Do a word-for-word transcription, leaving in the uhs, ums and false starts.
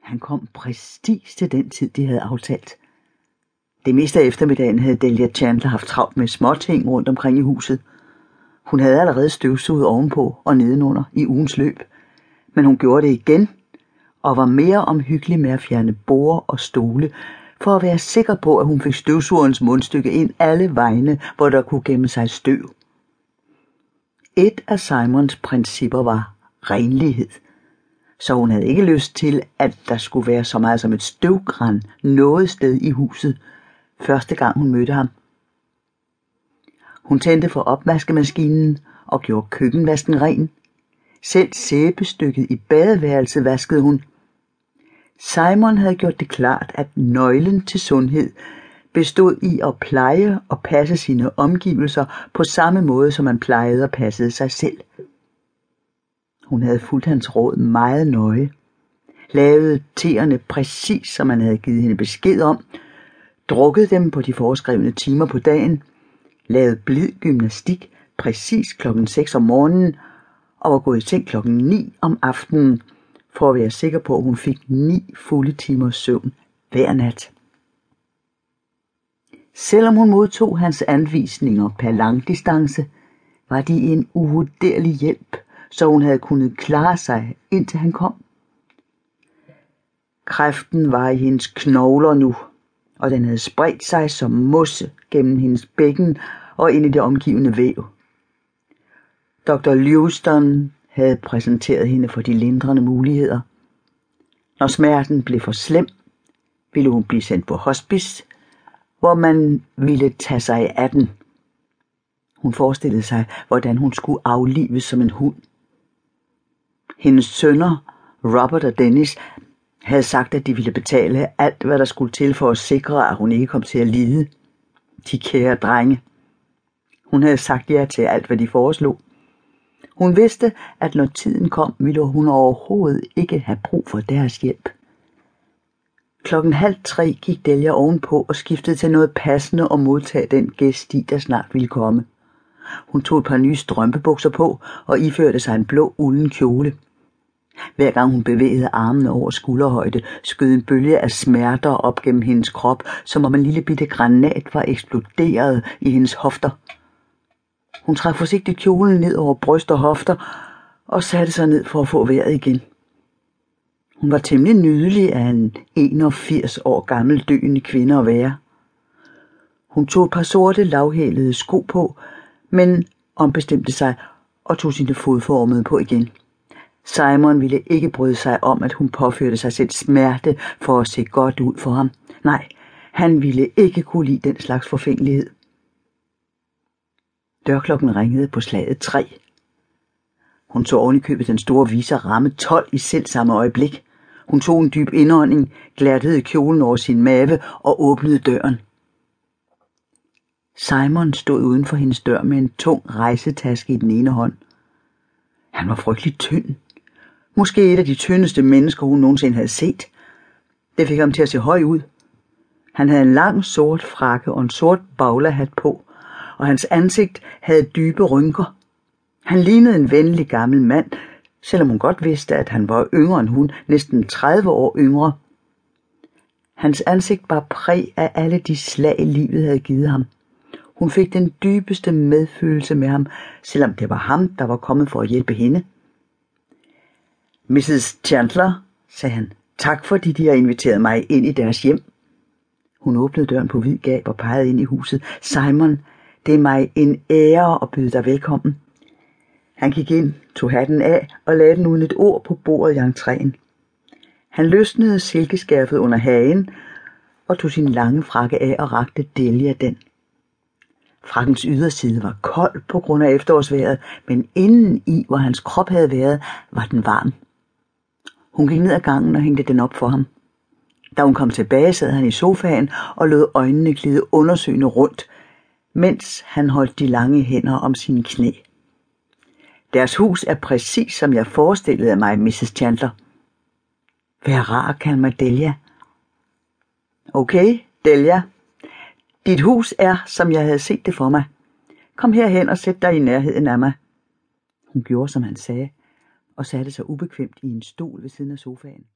Han kom præcis til den tid, de havde aftalt. Det meste af eftermiddagen havde Delia Chandler haft travlt med småting rundt omkring i huset. Hun havde allerede støvsuget ovenpå og nedenunder i ugens løb, men hun gjorde det igen og var mere omhyggelig med at fjerne borde og stole, for at være sikker på, at hun fik støvsugerens mundstykke ind alle vegne, hvor der kunne gemme sig støv. Et af Simons principper var renlighed, så hun havde ikke lyst til, at der skulle være så meget som et støvgran noget sted i huset, første gang hun mødte ham. Hun tændte for opvaskemaskinen og gjorde køkkenvasken ren. Selv sæbestykket i badeværelset vaskede hun. Simon havde gjort det klart, at nøglen til sundhed bestod i at pleje og passe sine omgivelser på samme måde, som man plejede og passede sig selv. Hun havde fulgt hans råd meget nøje, lavet teerne præcis, som man havde givet hende besked om, drukket dem på de foreskrevne timer på dagen, lavet blid gymnastik præcis klokken seks om morgenen og var gået i seng klokken ni om aftenen, for at være sikker på, at hun fik ni fulde timers søvn hver nat. Selvom hun modtog hans anvisninger per langdistance, var de en uvurderlig hjælp, så hun havde kunnet klare sig, indtil han kom. Kræften var i hendes knogler nu, og den havde spredt sig som mosse gennem hendes bækken og ind i det omgivende væv. doktor Lewston havde præsenteret hende for de lindrende muligheder. Når smerten blev for slem, ville hun blive sendt på hospice, hvor man ville tage sig af den. Hun forestillede sig, hvordan hun skulle aflives som en hund. Hendes sønner, Robert og Dennis, havde sagt, at de ville betale alt, hvad der skulle til for at sikre, at hun ikke kom til at lide. De kære drenge. Hun havde sagt ja til alt, hvad de foreslog. Hun vidste, at når tiden kom, ville hun overhovedet ikke have brug for deres hjælp. Klokken halv tre gik Delia ovenpå og skiftede til noget passende og modtage den gæsti, der snart ville komme. Hun tog et par nye strømpebukser på og iførte sig en blå ulden kjole. Hver gang hun bevægede armene over skulderhøjde, skød en bølge af smerter op gennem hendes krop, som om en lille bitte granat var eksploderet i hendes hofter. Hun trak forsigtigt kjolen ned over bryst og hofter og satte sig ned for at få vejret igen. Hun var temmelig nydelig af en enogfirs år gammel døende kvinde at være. Hun tog et par sorte lavhælede sko på, men ombestemte sig og tog sine fodformede på igen. Simon ville ikke bryde sig om, at hun påførte sig selv smerte for at se godt ud for ham. Nej, han ville ikke kunne lide den slags forfængelighed. Dørklokken ringede på slaget tre. Hun så oven i købet den store viser ramme tolv i selv samme øjeblik. Hun tog en dyb indånding, glattede kjolen over sin mave og åbnede døren. Simon stod uden for hendes dør med en tung rejsetaske i den ene hånd. Han var frygtelig tynd. Måske et af de tyndeste mennesker, hun nogensinde havde set. Det fik ham til at se høj ud. Han havde en lang sort frakke og en sort baglahat på, og hans ansigt havde dybe rynker. Han lignede en venlig gammel mand, selvom hun godt vidste, at han var yngre end hun, næsten tredive år yngre. Hans ansigt var præg af alle de slag, livet havde givet ham. Hun fik den dybeste medfølelse med ham, selvom det var ham, der var kommet for at hjælpe hende. missus Chandler, sagde han, tak fordi de har inviteret mig ind i deres hjem. Hun åbnede døren på vid gab og pegede ind i huset. Simon, det er mig en ære at byde dig velkommen. Han gik ind, tog hatten af og lagde den uden et ord på bordet i entréen. Han løsnede silkeskærfet under hagen og tog sin lange frakke af og rakte Delia den. Frakkens yderside var kold på grund af efterårsvejret, men inden i, hvor hans krop havde været, var den varm. Hun gik ned ad gangen og hængte den op for ham. Da hun kom tilbage, sad han i sofaen og lod øjnene glide undersøgende rundt, mens han holdt de lange hænder om sine knæ. Deres hus er præcis som jeg forestillede mig, missus Chandler. Vær rar at kalde mig Delia. Okay, Delia. Dit hus er, som jeg havde set det for mig. Kom herhen og sæt dig i nærheden af mig. Hun gjorde, som han sagde, og satte sig ubekvemt i en stol ved siden af sofaen.